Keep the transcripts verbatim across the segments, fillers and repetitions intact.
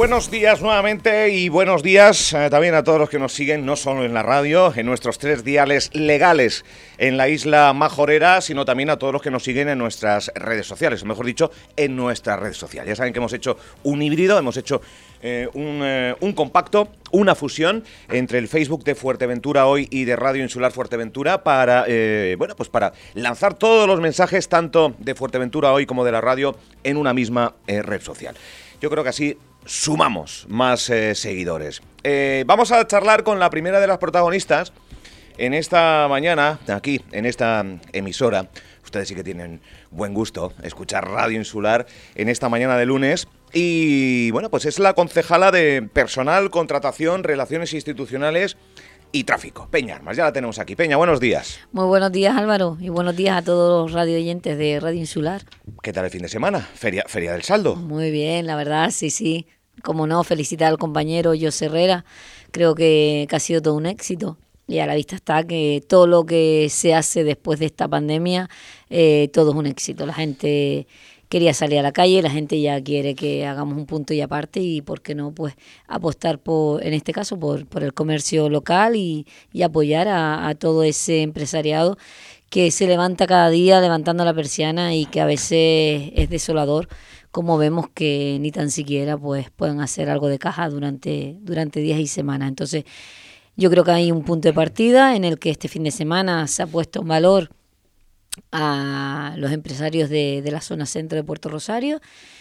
buenos días nuevamente y buenos días eh, también a todos los que nos siguen, no solo en la radio, en nuestros tres diales legales en la isla Majorera, sino también a todos los que nos siguen en nuestras redes sociales, o mejor dicho, en nuestras redes sociales. Ya saben que hemos hecho un híbrido, hemos hecho eh, un, eh, un compacto, una fusión entre el Facebook de Fuerteventura Hoy y de Radio Insular Fuerteventura para, eh, bueno, pues para lanzar todos los mensajes, tanto de Fuerteventura Hoy como de la radio, en una misma eh, red social. Yo creo que así sumamos más eh, seguidores. Eh, vamos a charlar con la primera de las protagonistas en esta mañana, aquí, en esta emisora. Ustedes sí que tienen buen gusto escuchar Radio Insular en esta mañana de lunes. Y bueno, pues es la concejala de Personal, Contratación, Relaciones Institucionales y Tráfico, Peña Armas. Ya la tenemos aquí. Peña, buenos días. Muy buenos días, Álvaro, y buenos días a todos los radio oyentes de Radio Insular. ¿Qué tal el fin de semana? Feria, Feria del Saldo. Muy bien, la verdad, sí, sí. Como no, felicitar al compañero José Herrera. Creo que, que ha sido todo un éxito. Y a la vista está que todo lo que se hace después de esta pandemia, eh, todo es un éxito. La gente quería salir a la calle, la gente ya quiere que hagamos un punto y aparte y, ¿por qué no?, pues apostar, por, en este caso, por, por el comercio local y, y apoyar a, a todo ese empresariado que se levanta cada día levantando la persiana y que a veces es desolador, como vemos que ni tan siquiera pues pueden hacer algo de caja durante, durante días y semanas. Entonces, yo creo que hay un punto de partida en el que este fin de semana se ha puesto en valor a los empresarios de, de la zona centro de Puerto Rosario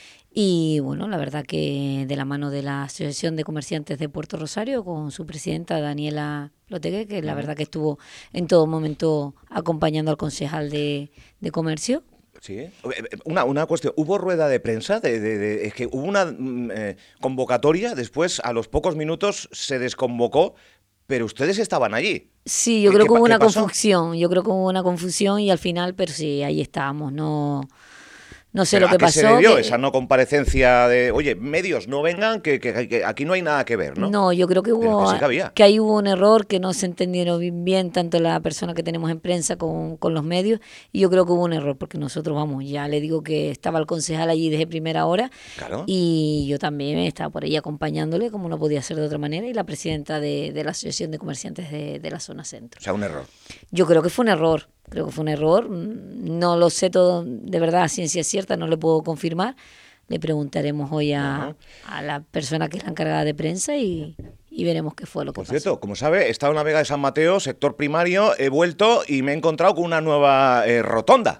y bueno, la verdad que de la mano de la Asociación de Comerciantes de Puerto Rosario con su presidenta Daniela Lotegue, que la verdad que estuvo en todo momento acompañando al concejal de, de comercio. Sí, una, una cuestión, ¿hubo rueda de prensa? De, de, de, es que hubo una eh, convocatoria, después a los pocos minutos se desconvocó, pero ustedes estaban allí. Sí, yo creo que hubo una confusión, yo creo que hubo una confusión y al final, pero sí, ahí estábamos, no... No sé ¿Pero lo que a qué pasó. se debió que, esa no comparecencia de, oye, medios, no vengan, que, que, que aquí no hay nada que ver, ¿no? No, yo creo que hubo, que, sí que, había. que ahí hubo un error, que no se entendieron bien, bien tanto la persona que tenemos en prensa con, con los medios, y yo creo que hubo un error, porque nosotros, vamos, ya le digo que estaba el concejal allí desde primera hora, claro. Y yo también estaba por ahí acompañándole, como no podía ser de otra manera, y la presidenta de, de la Asociación de Comerciantes de, de la zona centro. O sea, un error. Yo creo que fue un error. Creo que fue un error, no lo sé todo, de verdad, a ciencia cierta, no le puedo confirmar. Le preguntaremos hoy a, uh-huh. a la persona que es la encargada de prensa y, y veremos qué fue lo que Por pasó. Por cierto, como sabe, he estado en la Vega de San Mateo, sector primario, he vuelto y me he encontrado con una nueva eh, rotonda.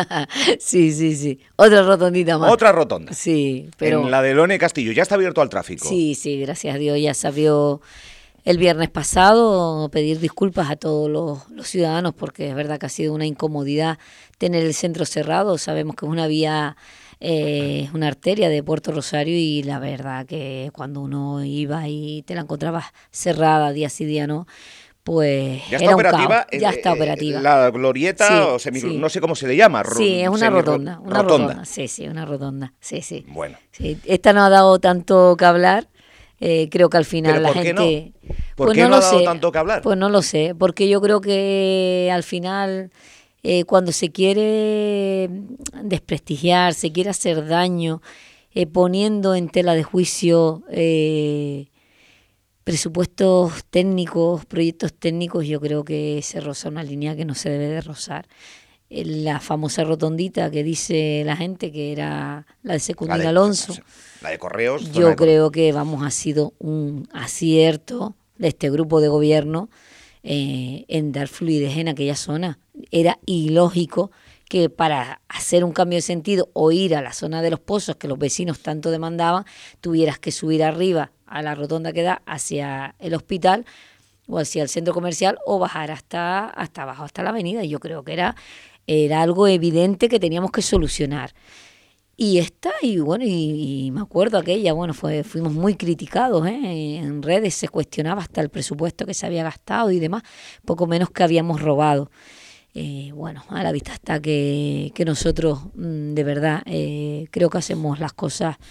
Sí, sí, sí, otra rotondita más. Otra rotonda. Sí, pero... En la de León y Castillo, ya está abierto al tráfico. Sí, sí, gracias a Dios, ya se abrió el viernes pasado. Pedir disculpas a todos los, los ciudadanos porque es verdad que ha sido una incomodidad tener el centro cerrado. Sabemos que es una vía, eh, una arteria de Puerto Rosario y la verdad que cuando uno iba y te la encontrabas cerrada día sí día no, pues ya está era operativa. Un caos. Ya eh, está operativa. La glorieta, sí, o semi, sí. no sé cómo se le llama. Sí, es una rotonda, una rotonda. rotonda. Sí, sí, una rotonda. Sí, sí. Bueno. Sí, esta no ha dado tanto que hablar. Eh, creo que al final ¿Pero la por gente... Qué no? ¿Por pues qué no, no ha lo dado sé. tanto que hablar? Pues no lo sé, porque yo creo que al final eh, cuando se quiere desprestigiar, se quiere hacer daño, eh, poniendo en tela de juicio eh, presupuestos técnicos, proyectos técnicos, yo creo que se roza una línea que no se debe de rozar. La famosa rotondita que dice la gente que era la de Secundín Alonso. La de Correos. Yo de creo que, vamos, ha sido un acierto de este grupo de gobierno eh, en dar fluidez en aquella zona. Era ilógico que para hacer un cambio de sentido o ir a la zona de los pozos que los vecinos tanto demandaban, tuvieras que subir arriba a la rotonda que da hacia el hospital o hacia el centro comercial o bajar hasta, hasta abajo, hasta la avenida. Yo creo que era... Era algo evidente que teníamos que solucionar. Y está, y bueno, y, y me acuerdo aquella, bueno, fue fuimos muy criticados, ¿eh? En redes se cuestionaba hasta el presupuesto que se había gastado y demás, poco menos que habíamos robado. Eh, bueno, a la vista está que, que nosotros, de verdad, eh, creo que hacemos las cosas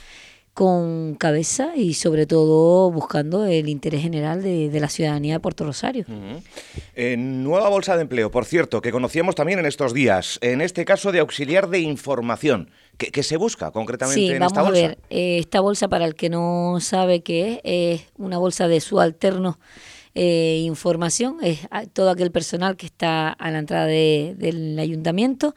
con cabeza y sobre todo buscando el interés general de, de la ciudadanía de Puerto Rosario. Uh-huh. eh, nueva bolsa de empleo, por cierto, que conocíamos también en estos días, en este caso de auxiliar de información. ¿Qué, qué se busca concretamente sí, en esta bolsa? Sí, vamos a ver, eh, esta bolsa, para el que no sabe qué es, es una bolsa de subalternos eh, información, es todo aquel personal que está a la entrada de, del ayuntamiento,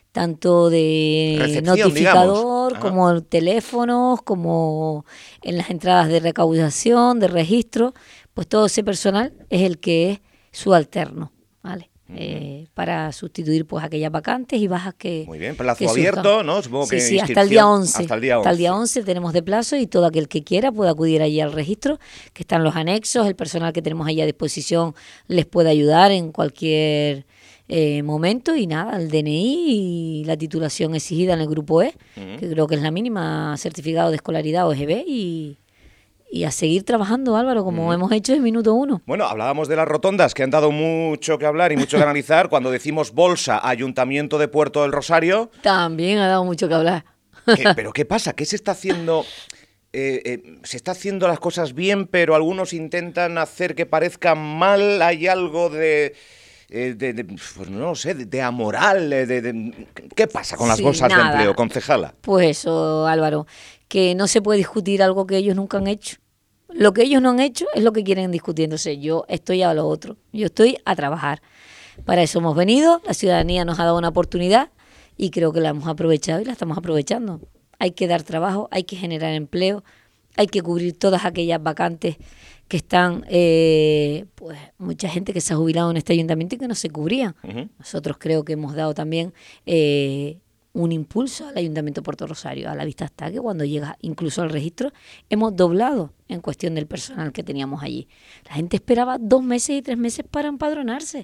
tanto de recepción, notificador como teléfonos, como en las entradas de recaudación, de registro, pues todo ese personal es el que es subalterno, ¿vale? Uh-huh. Eh, para sustituir pues aquellas vacantes y bajas que muy bien, plazo que abierto, ¿no? Supongo sí, que sí, hasta el día once. Hasta el día once. Hasta el día once tenemos de plazo y todo aquel que quiera puede acudir allí al registro, que están los anexos, el personal que tenemos allí a disposición les puede ayudar en cualquier eh, momento y nada, el D N I y la titulación exigida en el grupo E, uh-huh. que creo que es la mínima, certificado de escolaridad o E G B y... Y a seguir trabajando, Álvaro, como mm. hemos hecho en minuto uno. Bueno, hablábamos de las rotondas, que han dado mucho que hablar y mucho que analizar. Cuando decimos bolsa, Ayuntamiento de Puerto del Rosario... También ha dado mucho que hablar. ¿Qué, ¿Pero qué pasa? ¿Qué se está haciendo? Eh, eh, se está haciendo las cosas bien, pero algunos intentan hacer que parezcan mal. Hay algo de... Eh, de, de, pues no sé, de, de amoral, de, de, ¿qué pasa con las sí, bolsas nada. de empleo, concejala? Pues eso, Álvaro, que no se puede discutir algo que ellos nunca han hecho. Lo que ellos no han hecho es lo que quieren discutir. Entonces yo estoy a lo otro, yo estoy a trabajar. Para eso hemos venido, la ciudadanía nos ha dado una oportunidad y creo que la hemos aprovechado y la estamos aprovechando. Hay que dar trabajo, hay que generar empleo, hay que cubrir todas aquellas vacantes que están, eh, pues mucha gente que se ha jubilado en este ayuntamiento y que no se cubrían. Uh-huh. Nosotros creo que hemos dado también eh, un impulso al Ayuntamiento de Puerto Rosario. A la vista está que cuando llega incluso al registro, hemos doblado en cuestión del personal que teníamos allí. La gente esperaba dos meses y tres meses para empadronarse.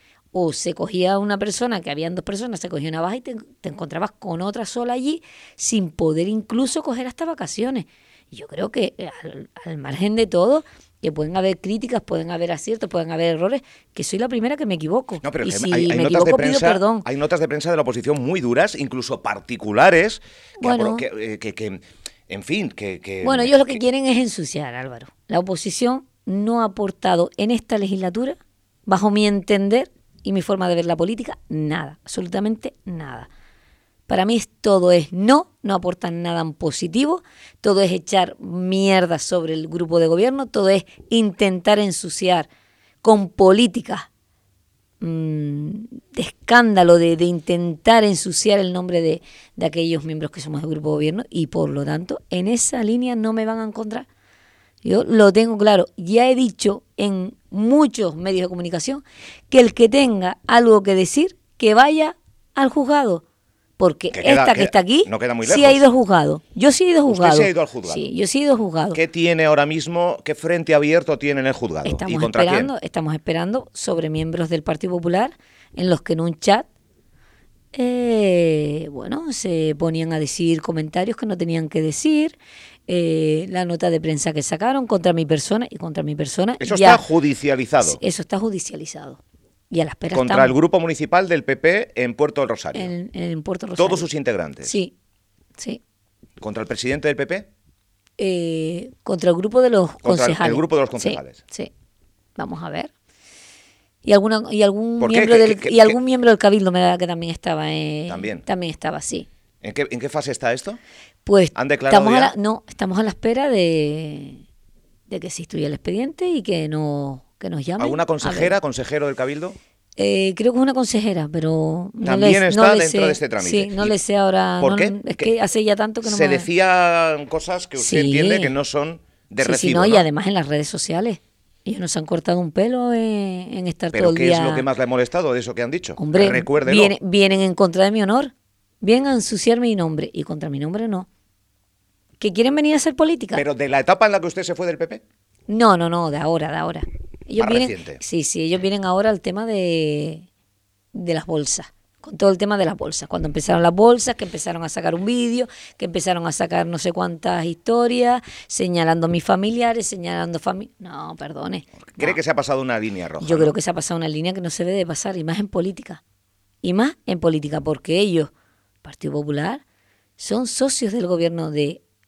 O se cogía una persona, que habían dos personas, se cogía una baja y te, te encontrabas con otra sola allí sin poder incluso coger hasta vacaciones. Y yo creo que al, al margen de todo, que pueden haber críticas, pueden haber aciertos, pueden haber errores, que soy la primera que me equivoco. No, pero y que si hay, hay me notas equivoco, de prensa, pido perdón. Hay notas de prensa de la oposición muy duras, incluso particulares, que, bueno, que, que, que en fin, que... que bueno, ellos lo que, que quieren es ensuciar, Álvaro. La oposición no ha aportado en esta legislatura, bajo mi entender y mi forma de ver la política, nada, absolutamente nada. Para mí todo es no, no aportan nada en positivo, todo es echar mierda sobre el grupo de gobierno, todo es intentar ensuciar con políticas mmm, de escándalo, de, de intentar ensuciar el nombre de, de aquellos miembros que somos del grupo de gobierno y por lo tanto en esa línea no me van a encontrar. Yo lo tengo claro, ya he dicho en muchos medios de comunicación que el que tenga algo que decir, que vaya al juzgado. Porque que queda, esta que queda, está aquí no queda muy sí ha ido al juzgado. Yo sí he ido al juzgado. ¿Usted sí ha ido al juzgado? Sí, yo sí he ido al juzgado. ¿Qué tiene ahora mismo, qué frente abierto tiene en el juzgado? Estamos ¿Y contra esperando, quién? Estamos esperando sobre miembros del Partido Popular en los que en un chat eh, bueno, se ponían a decir comentarios que no tenían que decir, eh, la nota de prensa que sacaron contra mi persona y contra mi persona. Eso ya, está judicializado. Eso está judicializado. Y a la espera Contra estamos. el grupo municipal del P P en Puerto del Rosario. En, en Puerto Rosario. Todos sus integrantes. Sí, sí. ¿Contra el presidente del P P? Eh, contra el grupo de los contra concejales. El grupo de los concejales. Sí, sí. Vamos a ver. Y alguna y algún miembro qué? del ¿Qué, qué, y algún qué? miembro del Cabildo me da que también estaba eh, también también estaba, sí. ¿En qué en qué fase está esto? Pues ¿Han declarado estamos ya? a la, no, estamos a la espera de de que se instruya el expediente y que no que nos llamen. ¿Alguna consejera, consejero del Cabildo? Eh, creo que es una consejera, pero no también le, está no le dentro sé, de este trámite. Sí, no le sé ahora. ¿Por no, qué? Es que hace ya tanto que no se me... decían cosas que usted sí. entiende que no son de sí, recibo, sí, no, ¿no? Y además en las redes sociales. Ellos nos han cortado un pelo en, en estar ¿Pero todo el qué día... es lo que más le ha molestado de eso que han dicho? Hombre, recuérdelo. Viene, vienen en contra de mi honor. Vienen a ensuciar mi nombre y contra mi nombre no. ¿Que quieren venir a hacer política? ¿Pero de la etapa en la que usted se fue del P P? No, no, no, de ahora, de ahora. Ellos más vienen, reciente. Sí, sí, ellos vienen ahora al tema de, de las bolsas. Con todo el tema de las bolsas. Cuando empezaron las bolsas, que empezaron a sacar un vídeo, que empezaron a sacar no sé cuántas historias, señalando a mis familiares, señalando familia. No, perdone. ¿Cree no. que se ha pasado una línea roja? Yo ¿no? creo que se ha pasado una línea que no se debe de pasar, y más en política. Y más en política, porque ellos, Partido Popular, son socios del gobierno de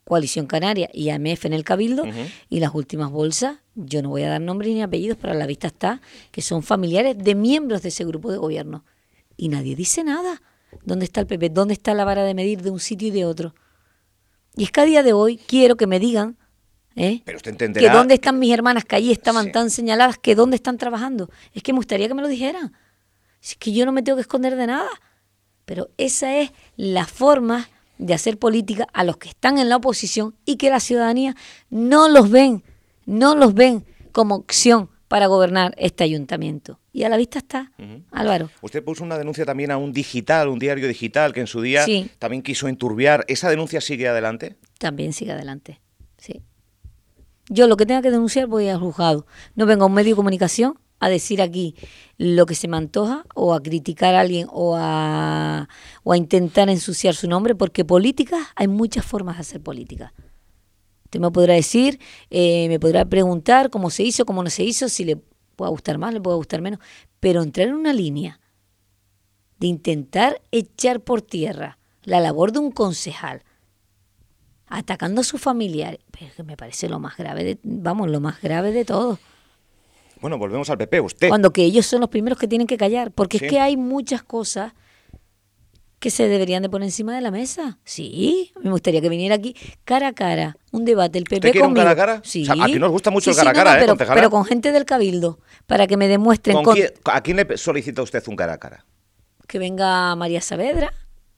Coalición Canaria y A M F en el Cabildo, uh-huh. y las últimas bolsas, yo no voy a dar nombres ni apellidos, pero a la vista está que son familiares de miembros de ese grupo de gobierno. Y nadie dice nada. ¿Dónde está el P P? ¿Dónde está la vara de medir de un sitio y de otro? Y es que a día de hoy quiero que me digan ¿eh? Pero usted entenderá... que dónde están mis hermanas que allí estaban sí. tan señaladas, que dónde están trabajando. Es que me gustaría que me lo dijeran. Es que yo no me tengo que esconder de nada. Pero esa es la forma de hacer política a los que están en la oposición y que la ciudadanía no los ven, no los ven como opción para gobernar este ayuntamiento. Y a la vista está, uh-huh. Álvaro. Usted puso una denuncia también a un digital, un diario digital, que en su día sí. también quiso enturbiar. ¿Esa denuncia sigue adelante? También sigue adelante, sí. Yo lo que tenga que denunciar voy al juzgado. No vengo a un medio de comunicación a decir aquí lo que se me antoja o a criticar a alguien o a, o a intentar ensuciar su nombre, porque política, hay muchas formas de hacer política. Usted me podrá decir, eh, me podrá preguntar cómo se hizo, cómo no se hizo, si le puede gustar más, le puede gustar menos, pero entrar en una línea de intentar echar por tierra la labor de un concejal, atacando a sus familiares, que me parece lo más grave, de, vamos, lo más grave de todo. Bueno, volvemos al P P, usted. Cuando que ellos son los primeros que tienen que callar, porque sí. es que hay muchas cosas que se deberían de poner encima de la mesa. Sí, me gustaría que viniera aquí cara a cara, un debate, el P P ¿Usted quiere conmigo. un cara a cara? Sí. O sea, aquí nos gusta mucho sí, el cara a sí, no, cara, no, ¿eh, pero, concejala? pero con gente del Cabildo, para que me demuestren... ¿Con con, quién, ¿A quién le solicita usted un cara a cara? Que venga María Saavedra,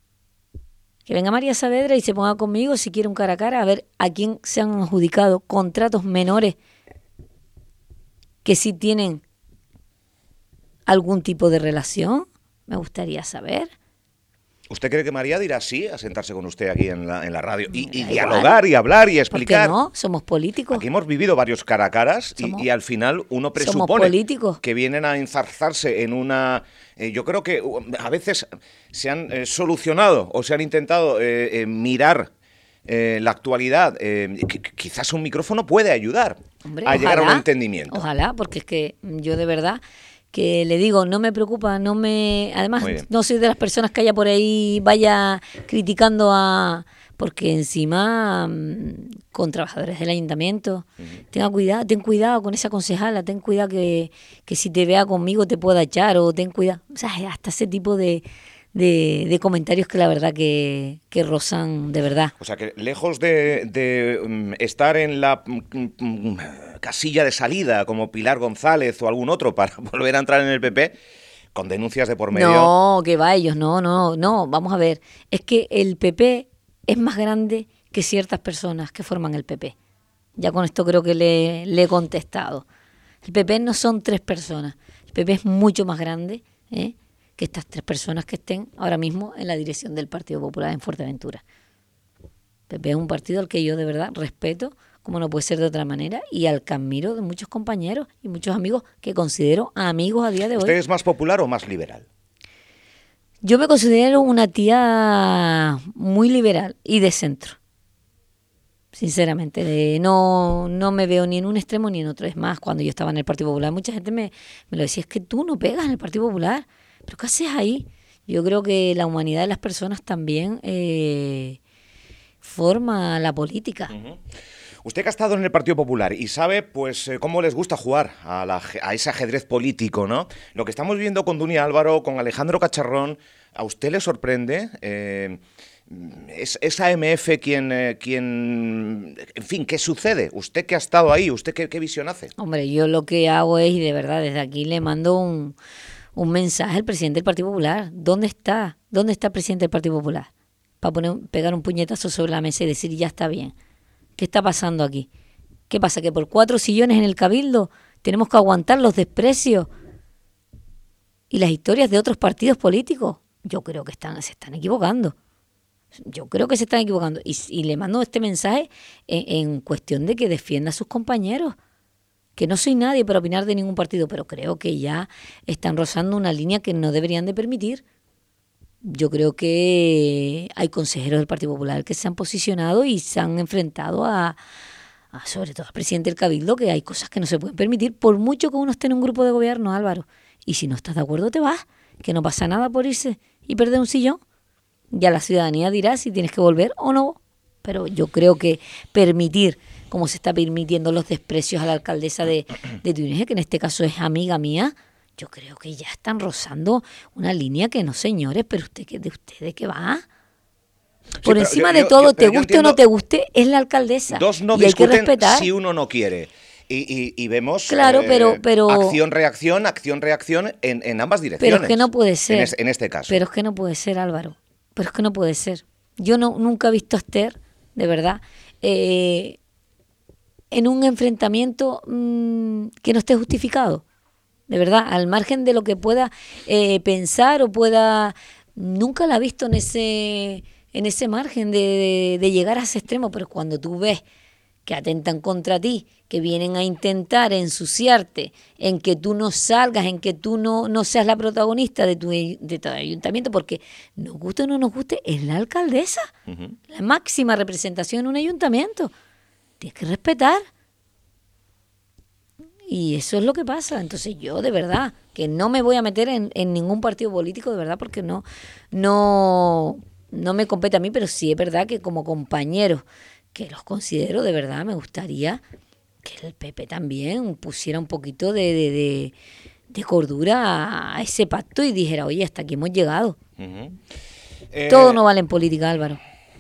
que venga María Saavedra y se ponga conmigo si quiere un cara a cara, a ver a quién se han adjudicado contratos menores que sí tienen algún tipo de relación. Me gustaría saber. ¿Usted cree que María dirá sí a sentarse con usted aquí en la, en la radio y, y Da dialogar igual. y hablar y explicar? ¿Por qué no? Somos políticos. Aquí hemos vivido varios cara a caras Somos- y, y al final uno somos presupone políticos. que vienen a enzarzarse en una... eh, yo creo que uh, a veces se han eh, solucionado o se han intentado eh, eh, mirar eh, la actualidad. Eh, qu- quizás un micrófono puede ayudar Hombre, a llegar a un ojalá, entendimiento. Ojalá, porque es que yo de verdad que le digo, no me preocupa, no me... Además, Muy bien. no soy de las personas que haya por ahí, vaya criticando a... Porque encima, mm, con trabajadores del ayuntamiento, uh-huh. tenga cuidado, ten cuidado con esa concejala, ten cuidado que, que si te vea conmigo te pueda echar, o ten cuidado. O sea, hasta ese tipo de, de, de comentarios que la verdad que, que rozan de verdad. O sea que lejos de, de um, estar en la um, um, casilla de salida como Pilar González o algún otro para volver a entrar en el P P, con denuncias de por medio... No, que va ellos, no, no, no, vamos a ver. Es que el P P es más grande que ciertas personas que forman el P P. Ya con esto creo que le, le he contestado. El P P no son tres personas. El P P es mucho más grande ¿eh? que estas tres personas que estén ahora mismo en la dirección del Partido Popular en Fuerteventura. El P P es un partido al que yo de verdad respeto, como no puede ser de otra manera, y al que admiro de muchos compañeros y muchos amigos que considero amigos a día de hoy. ¿Usted es más popular o más liberal? Yo me considero una tía muy liberal y de centro. Sinceramente, de, no, no me veo ni en un extremo ni en otro. Es más, cuando yo estaba en el Partido Popular, mucha gente me, me lo decía, es que tú no pegas en el Partido Popular. ¿Pero qué haces ahí? Yo creo que la humanidad de las personas también eh, forma la política. Uh-huh. Usted que ha estado en el Partido Popular y sabe pues eh, cómo les gusta jugar a, la, a ese ajedrez político, ¿no? Lo que estamos viendo con Dunia Álvaro, con Alejandro Cacharrón, ¿a usted le sorprende? Eh, ¿es, ¿Es A M F quien, eh, quien... En fin, ¿qué sucede? ¿Usted que ha estado ahí? ¿Usted qué, qué visión hace? Hombre, yo lo que hago es, y de verdad, desde aquí le mando un, un mensaje al presidente del Partido Popular. ¿Dónde está? ¿Dónde está el presidente del Partido Popular? Para poner, pegar un puñetazo sobre la mesa y decir, ya está bien. ¿Qué está pasando aquí? ¿Qué pasa? ¿Que por cuatro sillones en el Cabildo tenemos que aguantar los desprecios y las historias de otros partidos políticos? Yo creo que están, se están equivocando. Yo creo que se están equivocando. Y, y le mando este mensaje en, en cuestión de que defienda a sus compañeros. Que no soy nadie para opinar de ningún partido, pero creo que ya están rozando una línea que no deberían de permitir. Yo creo que hay consejeros del Partido Popular que se han posicionado y se han enfrentado a, a, sobre todo al presidente del Cabildo, que hay cosas que no se pueden permitir, por mucho que uno esté en un grupo de gobierno, Álvaro. Y si no estás de acuerdo, te vas, que no pasa nada por irse y perder un sillón. Ya la ciudadanía dirá si tienes que volver o no. pero yo creo que permitir, como se está permitiendo los desprecios a la alcaldesa de, de Túnez, que en este caso es amiga mía, yo creo que ya están rozando una línea que no, señores, pero usted, ¿de ustedes qué va? Por sí, encima yo, de yo, todo, yo, te guste o no te guste, es la alcaldesa. Dos no y hay que discuten respetar. Si uno no quiere. Y, y, y vemos claro, eh, pero, pero, acción-reacción, acción-reacción en, en ambas direcciones. Pero es que no puede ser. En, es, en este caso. Pero es que no puede ser, Álvaro. Pero es que no puede ser. Yo no nunca he visto a Esther, de verdad, eh, en un enfrentamiento mmm, que no esté justificado. De verdad, al margen de lo que pueda eh, pensar o pueda... Nunca la he visto en ese, en ese margen de, de, de llegar a ese extremo, pero cuando tú ves que atentan contra ti, que vienen a intentar ensuciarte, en que tú no salgas, en que tú no, no seas la protagonista de tu, de tu ayuntamiento, porque nos guste o no nos guste, es la alcaldesa, uh-huh. la máxima representación en un ayuntamiento. Tienes que respetar. Y eso es lo que pasa. Entonces yo, de verdad, que no me voy a meter en, en ningún partido político, de verdad, porque no, no, no me compete a mí, pero sí es verdad que como compañeros, que los considero, de verdad, me gustaría que el P P también pusiera un poquito de, de, de, de cordura a ese pacto y dijera, oye, hasta aquí hemos llegado. Uh-huh. eh, Todo no vale en política, Álvaro.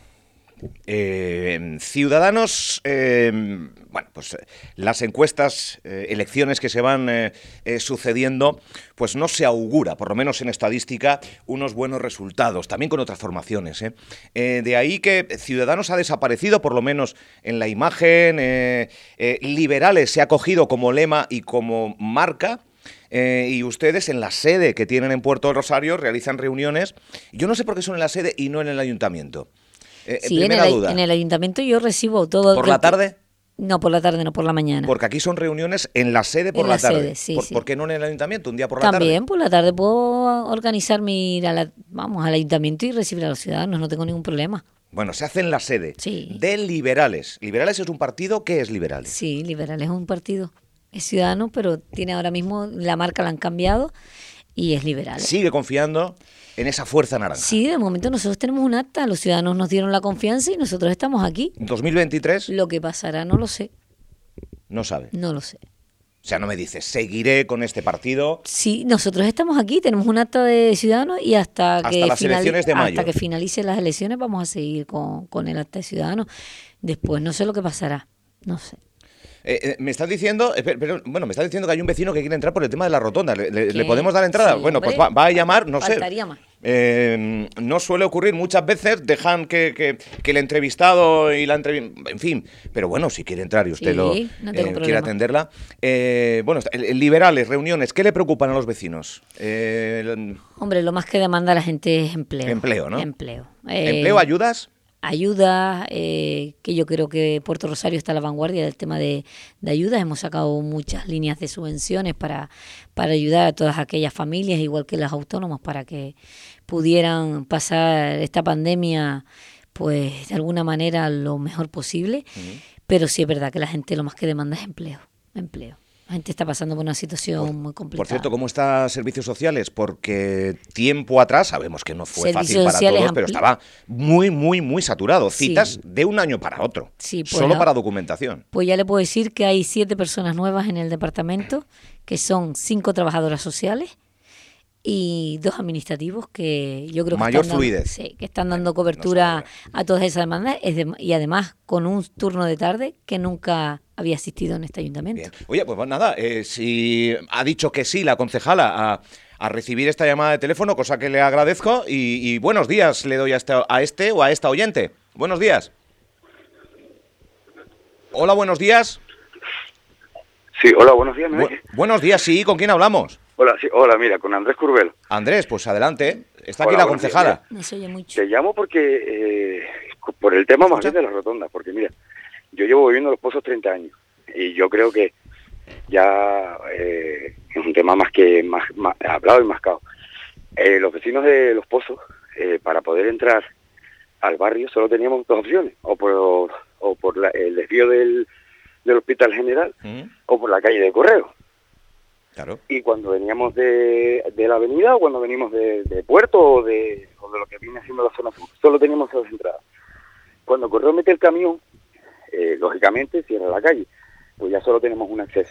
Eh, Ciudadanos, eh, bueno, pues las encuestas, eh, elecciones que se van eh, eh, sucediendo, pues no se augura, por lo menos en estadística, unos buenos resultados, también con otras formaciones. ¿eh? Eh, de ahí que Ciudadanos ha desaparecido, por lo menos en la imagen, eh, eh, liberales se ha cogido como lema y como marca. Eh, y ustedes en la sede que tienen en Puerto del Rosario realizan reuniones. Yo no sé por qué son en la sede y no en el ayuntamiento. Eh, sí, en el, duda. en el ayuntamiento yo recibo todo. ¿Por la tarde? No, por la tarde, no, por la mañana. Porque aquí son reuniones en la sede por en la, la tarde. Sede, sí, ¿Por, sí. ¿Por qué no en el ayuntamiento, un día por la También, tarde? También por la tarde puedo organizarme ir a la, vamos, al ayuntamiento y recibir a los ciudadanos, no tengo ningún problema. Bueno, se hace en la sede sí. de Liberales. ¿Liberales es un partido? ¿Qué es Liberales? Sí, Liberales es un partido. Es ciudadano, pero tiene ahora mismo, la marca la han cambiado y es Liberales. ¿Sigue confiando en esa fuerza naranja? Sí, de momento nosotros tenemos un acta, los ciudadanos nos dieron la confianza y nosotros estamos aquí. ¿dos mil veintitrés? Lo que pasará no lo sé. ¿No sabe? No lo sé. O sea, no me dices, seguiré con este partido. Sí, nosotros estamos aquí, tenemos un acta de ciudadanos y hasta, hasta que las elecciones de mayo. Hasta que finalicen las elecciones vamos a seguir con, con el acta de ciudadanos. Después no sé lo que pasará, no sé. Eh, eh, me estás diciendo, eh, pero, bueno, me estás diciendo que hay un vecino que quiere entrar por el tema de la rotonda. ¿Le, le, ¿le podemos dar entrada? Sí, bueno, hombre, pues va, va a llamar, no sé. Más. Eh, no suele ocurrir muchas veces, dejan que, que, que el entrevistado y la entrevistada, en fin, pero bueno, si quiere entrar y usted sí, lo no eh, quiere atenderla. Eh, bueno, liberales, reuniones, ¿qué le preocupan a los vecinos? Eh, el... Hombre, lo más que demanda la gente es empleo. Empleo, ¿no? Empleo. ¿Empleo, ayudas? Ayudas, eh, que yo creo que Puerto Rosario está a la vanguardia del tema de, de ayudas. Hemos sacado muchas líneas de subvenciones para, para ayudar a todas aquellas familias, igual que los autónomos, para que pudieran pasar esta pandemia pues de alguna manera lo mejor posible. Uh-huh. Pero sí es verdad que la gente lo más que demanda es empleo, empleo. La gente está pasando por una situación por, muy complicada. Por cierto, ¿cómo está Servicios Sociales? Porque tiempo atrás, sabemos que no fue Servicios fácil para todos, ampli- pero estaba muy, muy, muy saturado. Citas sí. de un año para otro, sí, pues solo no, para documentación. Pues ya le puedo decir que hay siete personas nuevas en el departamento, que son cinco trabajadoras sociales y dos administrativos que yo creo que Mayor están fluidez. Dando, sí, que están dando cobertura no a todas esas demandas y además con un turno de tarde que nunca había asistido en este ayuntamiento. Bien. Oye, pues nada, eh, si ha dicho que sí la concejala a, a recibir esta llamada de teléfono, cosa que le agradezco, y, y buenos días le doy a este, a este o a esta oyente. Buenos días. Hola, buenos días. Sí, hola, buenos días. ¿me Bu- buenos días, sí, ¿con quién hablamos? Hola, sí, hola, mira, con Andrés Curbelo. Andrés, pues adelante, está Hola, aquí la buenos concejala. días, No se oye mucho. Te llamo porque, eh, por el tema más bien de la rotonda, porque mira, yo llevo viviendo en Los Pozos treinta años y yo creo que ya eh, es un tema más que más, más hablado y mascado. Eh, los vecinos de Los Pozos, eh, para poder entrar al barrio solo teníamos dos opciones, o por, o por la, el desvío del, del Hospital General uh-huh. o por la calle de Correo. Claro. Y cuando veníamos de, de la avenida o cuando venimos de, de Puerto o de, o de lo que viene siendo la zona sur, solo teníamos esas entradas. cuando el correo mete el camión, eh, lógicamente cierra la calle, pues ya solo tenemos un acceso.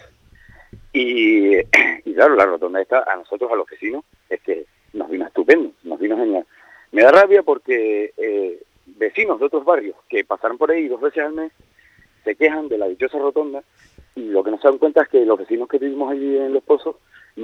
Y, y claro, la rotonda esta, a nosotros, a los vecinos, es que nos vino estupendo, nos vino genial. Me da rabia porque eh, vecinos de otros barrios que pasaron por ahí dos veces al mes se quejan de la dichosa rotonda, y lo que no se dan cuenta es que los vecinos que vivimos allí en Los Pozos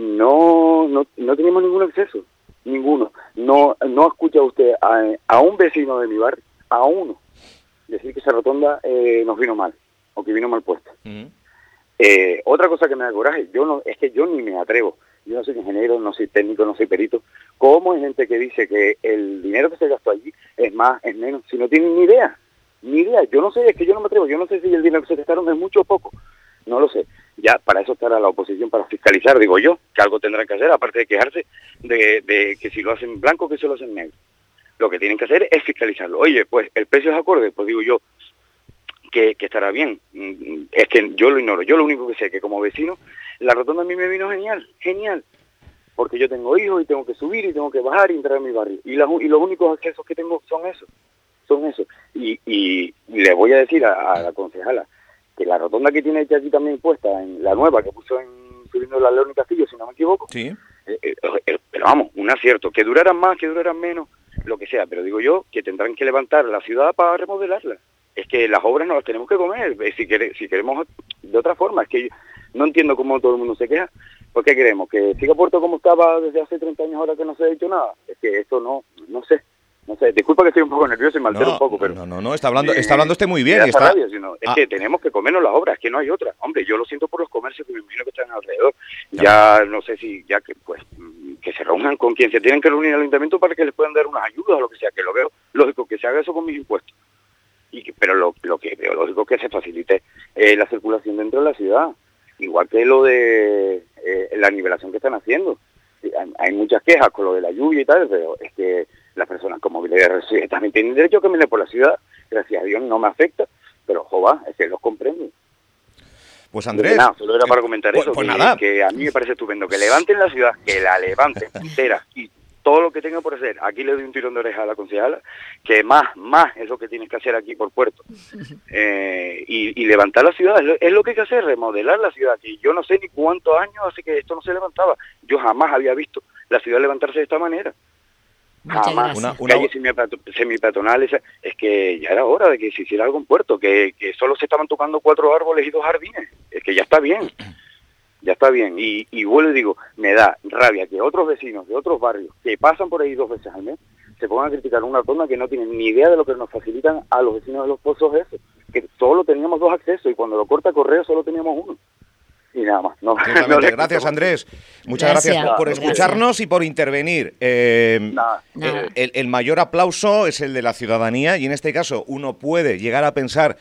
no, no, no teníamos ningún acceso, ninguno. No, no escucha usted a, a un vecino de mi barrio, a uno, decir que esa rotonda eh, nos vino mal, o que vino mal puesta. Uh-huh. Eh, otra cosa que me da coraje, yo no, es que yo ni me atrevo, yo no soy ingeniero, no soy técnico, no soy perito. ¿Cómo hay gente que dice que el dinero que se gastó allí es más, es menos, si no tienen ni idea? Ni idea, yo no sé, es que yo no me atrevo, yo no sé si el dinero que se gastaron es mucho o poco, no lo sé. Ya para eso estará la oposición, para fiscalizar, digo yo, que algo tendrán que hacer, aparte de quejarse de, de que si lo hacen blanco, que se lo hacen negro. Lo que tienen que hacer es fiscalizarlo. Oye, pues el precio es acorde, pues digo yo, que, que estará bien. Es que yo lo ignoro, yo lo único que sé es que como vecino, la rotonda a mí me vino genial, genial, porque yo tengo hijos y tengo que subir y tengo que bajar y entrar a mi barrio, y, la, y los únicos accesos que tengo son esos, son esos, y, y, y le voy a decir a, a la concejala que la rotonda que tiene aquí también puesta, en la nueva que puso en subiendo la León y Castillo, si no me equivoco, sí. eh, eh, eh, pero vamos, un acierto, que duraran más, que duraran menos, lo que sea, pero digo yo que tendrán que levantar la ciudad para remodelarla. Es que las obras no las tenemos que comer, si, quere, si queremos de otra forma. Es que no entiendo cómo todo el mundo se queja. ¿Por qué queremos? ¿Que siga Puerto como estaba desde hace treinta años ahora que no se ha hecho nada? Es que esto no, no sé, no sé. Disculpa que estoy un poco nervioso y me altero no, un poco, pero... No, no, no, está hablando, está hablando usted muy bien. No está... rabia, sino, es ah. que tenemos que comernos las obras, es que no hay otra. Hombre, yo lo siento por los comercios que me imagino que están alrededor. Claro. Ya no sé si, ya que pues, que se reúnan con quien se tienen que reunir al ayuntamiento para que les puedan dar unas ayudas o lo que sea, que lo veo lógico, que se haga eso con mis impuestos. Y que, pero lo, lo que veo lógico es que se facilite eh, la circulación dentro de la ciudad, igual que lo de eh, la nivelación que están haciendo. Hay, hay muchas quejas con lo de la lluvia y tal, pero es que las personas con movilidad reducida también tienen derecho a caminar por la ciudad. Gracias a Dios no me afecta, pero joder, es que los comprendo. Pues Andrés... Nada, solo era para comentar pues, eso, pues que, nada. que a mí me parece estupendo, que levanten la ciudad, que la levanten entera, y todo lo que tenga por hacer. Aquí le doy un tirón de oreja a la concejala, que más, más es lo que tienes que hacer aquí por Puerto. Eh, y, y levantar la ciudad, es lo, es lo que hay que hacer, remodelar la ciudad. Y yo no sé ni cuántos años hace que esto no se levantaba. Yo jamás había visto la ciudad levantarse de esta manera. Muchas jamás. gracias. Una, una... Calles semipeatonales, es que ya era hora de que se hiciera algo en Puerto, que, que solo se estaban tocando cuatro árboles y dos jardines. Es que ya está bien. Ya está bien, y, y vuelvo y digo, me da rabia que otros vecinos de otros barrios que pasan por ahí dos veces al mes se pongan a criticar una rotonda que no tienen ni idea de lo que nos facilitan a los vecinos de Los Pozos eso, que solo teníamos dos accesos y cuando lo corta Correo solo teníamos uno. Y nada más. No, no gracias, Andrés. Muchas gracias, gracias por, por escucharnos gracias. y por intervenir. Eh, nada, nada. El, el mayor aplauso es el de la ciudadanía y en este caso uno puede llegar a pensar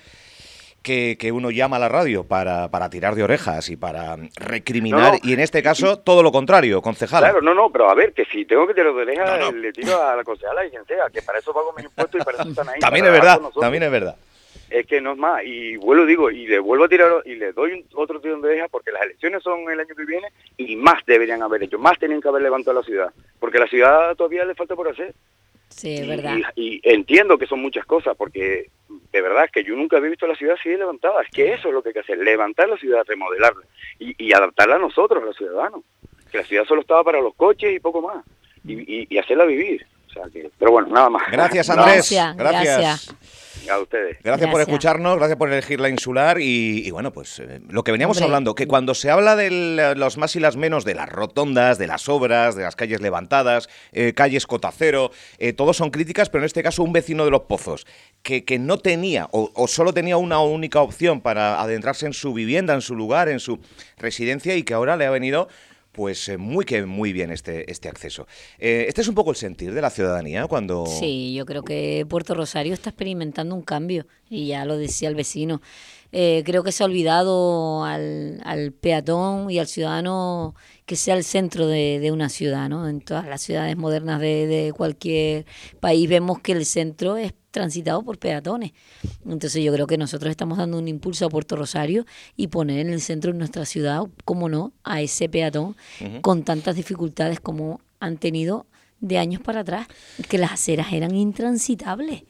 Que, que uno llama a la radio para, para tirar de orejas y para recriminar, no, no. y en este caso todo lo contrario, concejala. Claro, no, no, pero a ver, que si tengo que tirar de orejas, no, no. le tiro a la concejala y quien sea, que para eso pago mis impuestos y para eso están ahí. También es verdad, también es verdad. Es que no es más, y vuelvo digo, y le vuelvo a tirar, y le doy un, otro tirón de orejas porque las elecciones son el año que viene y más deberían haber hecho, más tenían que haber levantado la ciudad, porque la ciudad todavía le falta por hacer. Sí, es verdad. Y, y entiendo que son muchas cosas, porque de verdad es que yo nunca había visto la ciudad así de levantada. Es que eso es lo que hay que hacer, levantar la ciudad, remodelarla y, y adaptarla a nosotros, a los ciudadanos. Que la ciudad solo estaba para los coches y poco más. Y, y, y hacerla vivir. O sea que, pero bueno, nada más. Gracias, Andrés. Gracias. Gracias. gracias. A ustedes. Gracias, gracias por escucharnos, gracias por elegir la insular y, y bueno, pues eh, lo que veníamos Hombre. hablando, que cuando se habla de los más y las menos, de las rotondas, de las obras, de las calles levantadas, eh, calles cotacero, eh, todos son críticas, pero en este caso un vecino de Los Pozos, que, que no tenía o, o solo tenía una única opción para adentrarse en su vivienda, en su lugar, en su residencia y que ahora le ha venido... Pues eh, muy que muy bien este este acceso. Eh, este es un poco el sentir de la ciudadanía cuando... Sí, yo creo que Puerto Rosario está experimentando un cambio y ya lo decía el vecino. Eh, creo que se ha olvidado al, al peatón y al ciudadano que sea el centro de, de una ciudad, ¿no? En todas las ciudades modernas de, de cualquier país vemos que el centro es transitado por peatones. Entonces yo creo que nosotros estamos dando un impulso a Puerto Rosario y poner en el centro de nuestra ciudad, cómo no, a ese peatón uh-huh. con tantas dificultades como han tenido de años para atrás, que las aceras eran intransitables.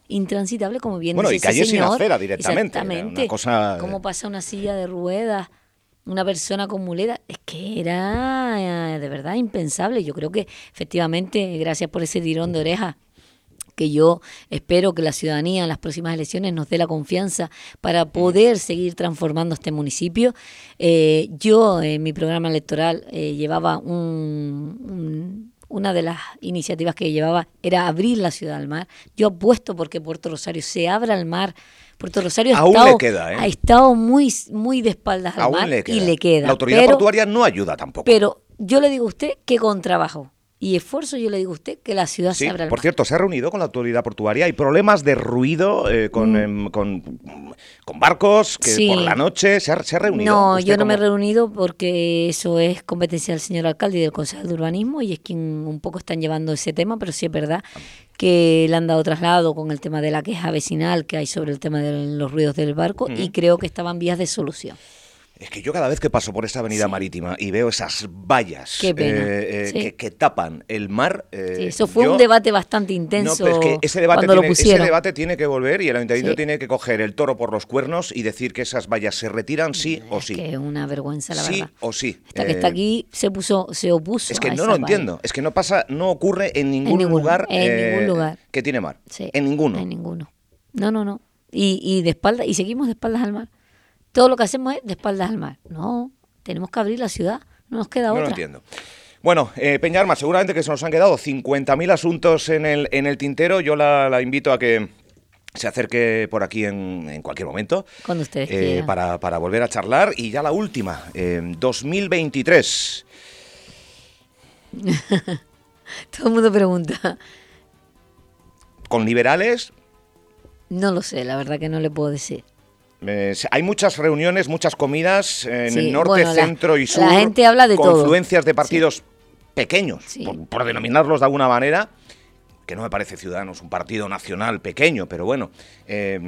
intransitable, como bien bueno, dice y calle ese señor. sin acera directamente. Exactamente. Una cosa... ¿Cómo pasa una silla de ruedas, una persona con muleta? Es que era de verdad impensable. Yo creo que efectivamente, gracias por ese tirón de orejas, que yo espero que la ciudadanía en las próximas elecciones nos dé la confianza para poder seguir transformando este municipio. Eh, yo en mi programa electoral eh, llevaba un, un, una de las iniciativas que llevaba era abrir la ciudad al mar. Yo apuesto porque Puerto Rosario se abra al mar. Puerto Rosario ha, Aún estado, le queda, ¿eh? ha estado muy, muy de espaldas al Aún mar le queda. y le queda. La autoridad pero, portuaria no ayuda tampoco. Pero yo le digo a usted que con trabajo y esfuerzo, yo le digo a usted que la ciudad Sí, se abra al por mar. cierto, ¿se ha reunido con la autoridad portuaria? Hay problemas de ruido eh, con, Mm. em, con, con barcos que Sí. por la noche se ha, se ha reunido. No, ¿Usted yo no me he cómo? reunido porque eso es competencia del señor alcalde y del Consejo de Urbanismo y es quien un poco están llevando ese tema, pero sí es verdad que le han dado traslado con el tema de la queja vecinal que hay sobre el tema de los ruidos del barco Mm. y creo que estaban vías de solución. Es que yo cada vez que paso por esta avenida Sí. marítima y veo esas vallas Qué pena, eh, eh, sí. que, que tapan el mar... eh, Sí, eso fue yo- un debate bastante intenso No, pero es que ese debate, cuando lo tiene, ese pusieron. debate tiene que volver y el ayuntamiento Sí. tiene que coger el toro por los cuernos y decir que esas vallas se retiran sí o Es sí. que es una vergüenza, la sí verdad. o sí. Esta que está Eh, aquí se puso, se opuso Es que a no esa lo valla. entiendo. Es que no pasa, no ocurre en ningún, ningún- lugar, en eh, ningún lugar. que tiene mar. Sí, En ninguno. En ninguno. No, no, no. Y, y de espaldas, y seguimos de espaldas al mar. Todo lo que hacemos es de espaldas al mar. No, tenemos que abrir la ciudad. No nos queda No otra. lo entiendo. Bueno, eh, Peñarma, seguramente que se nos han quedado cincuenta mil asuntos en el, en el tintero. Yo la, la invito a que se acerque por aquí en, en cualquier momento. Cuando ustedes eh, quieran. para, para volver a charlar. Y ya la última, eh, dos mil veintitrés. Todo el mundo pregunta. Con liberales, No lo sé, la verdad que no le puedo decir. eh, hay muchas reuniones, muchas comidas eh, en Sí, el norte, bueno, la- centro y sur. la gente habla de todo. confluencias de partidos pequeños, Sí. por, por denominarlos de alguna manera, que no me parece Ciudadanos un partido nacional pequeño, pero bueno. eh,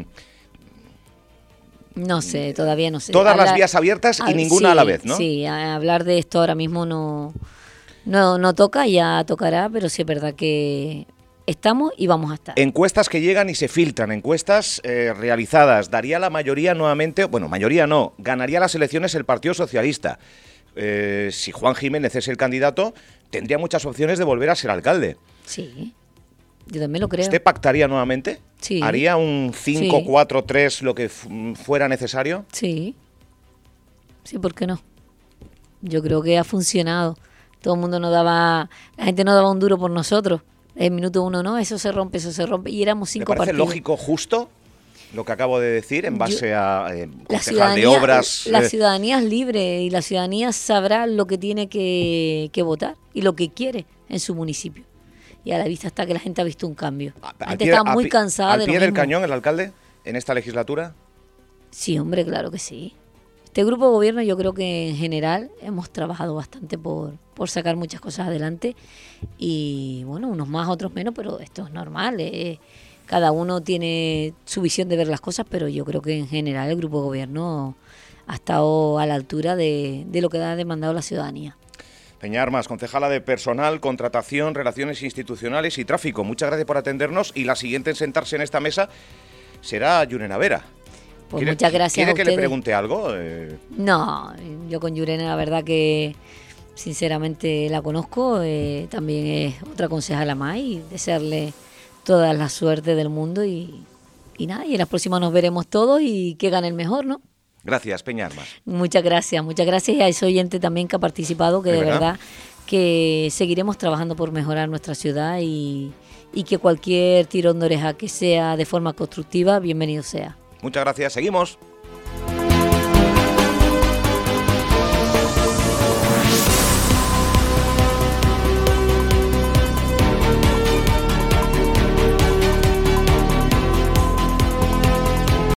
No sé, todavía no sé. Todas las Hablar- vías abiertas y hab- ninguna sí, a la vez, ¿no? Sí, a- hablar de esto ahora mismo no, no, no toca, ya tocará, pero sí es verdad que estamos y vamos a estar. Encuestas que llegan y se filtran, encuestas eh, realizadas. Daría la mayoría nuevamente, bueno, mayoría no, ganaría las elecciones el Partido Socialista. Eh, si Juan Jiménez es el candidato, tendría muchas opciones de volver a ser alcalde. Sí, yo también lo creo. ¿Usted pactaría nuevamente? Sí. ¿Haría un cinco Sí. cuatro tres lo que f- fuera necesario? Sí, sí, ¿por qué no? Yo creo que ha funcionado. Todo el mundo nos daba, la gente no daba un duro por nosotros. En minuto uno no, eso se rompe, eso se rompe. Y éramos ¿Me cinco parece partidos. lógico, justo, lo que acabo de decir, en base a eh, La concejal ciudadanía, de obras? la eh, ciudadanía es libre y la ciudadanía sabrá lo que tiene que, que votar y lo que quiere en su municipio. Y a la vista está que la gente ha visto un cambio. a- La al gente pie- está a muy pi- cansada ¿Al de lo pie del mismo. cañón el alcalde en esta legislatura? Sí, hombre, claro que sí. Este grupo de gobierno yo creo que en general hemos trabajado bastante por, por sacar muchas cosas adelante y bueno, unos más, otros menos, pero esto es normal. eh. Cada uno tiene su visión de ver las cosas, pero yo creo que en general el grupo de gobierno ha estado a la altura de, de lo que ha demandado la ciudadanía. Peñarmas, concejala de Personal, Contratación, Relaciones Institucionales y Tráfico. Muchas gracias por atendernos y la siguiente en sentarse en esta mesa será Yurena Vera. Pues ¿Quiere- muchas gracias ¿Quiere a que le ustedes. pregunte algo? Eh, No, yo con Yurena la verdad que sinceramente la conozco, eh, también es otra concejala más y desearle toda la suerte del mundo y, y nada, y en las próximas nos veremos todos y que gane el mejor, ¿no? gracias, Peñarmas. Muchas gracias, muchas gracias y a ese oyente también que ha participado, que ¿De de verdad? verdad que seguiremos trabajando por mejorar nuestra ciudad y, y que cualquier tirón de oreja que sea de forma constructiva, bienvenido sea. Muchas gracias. Seguimos.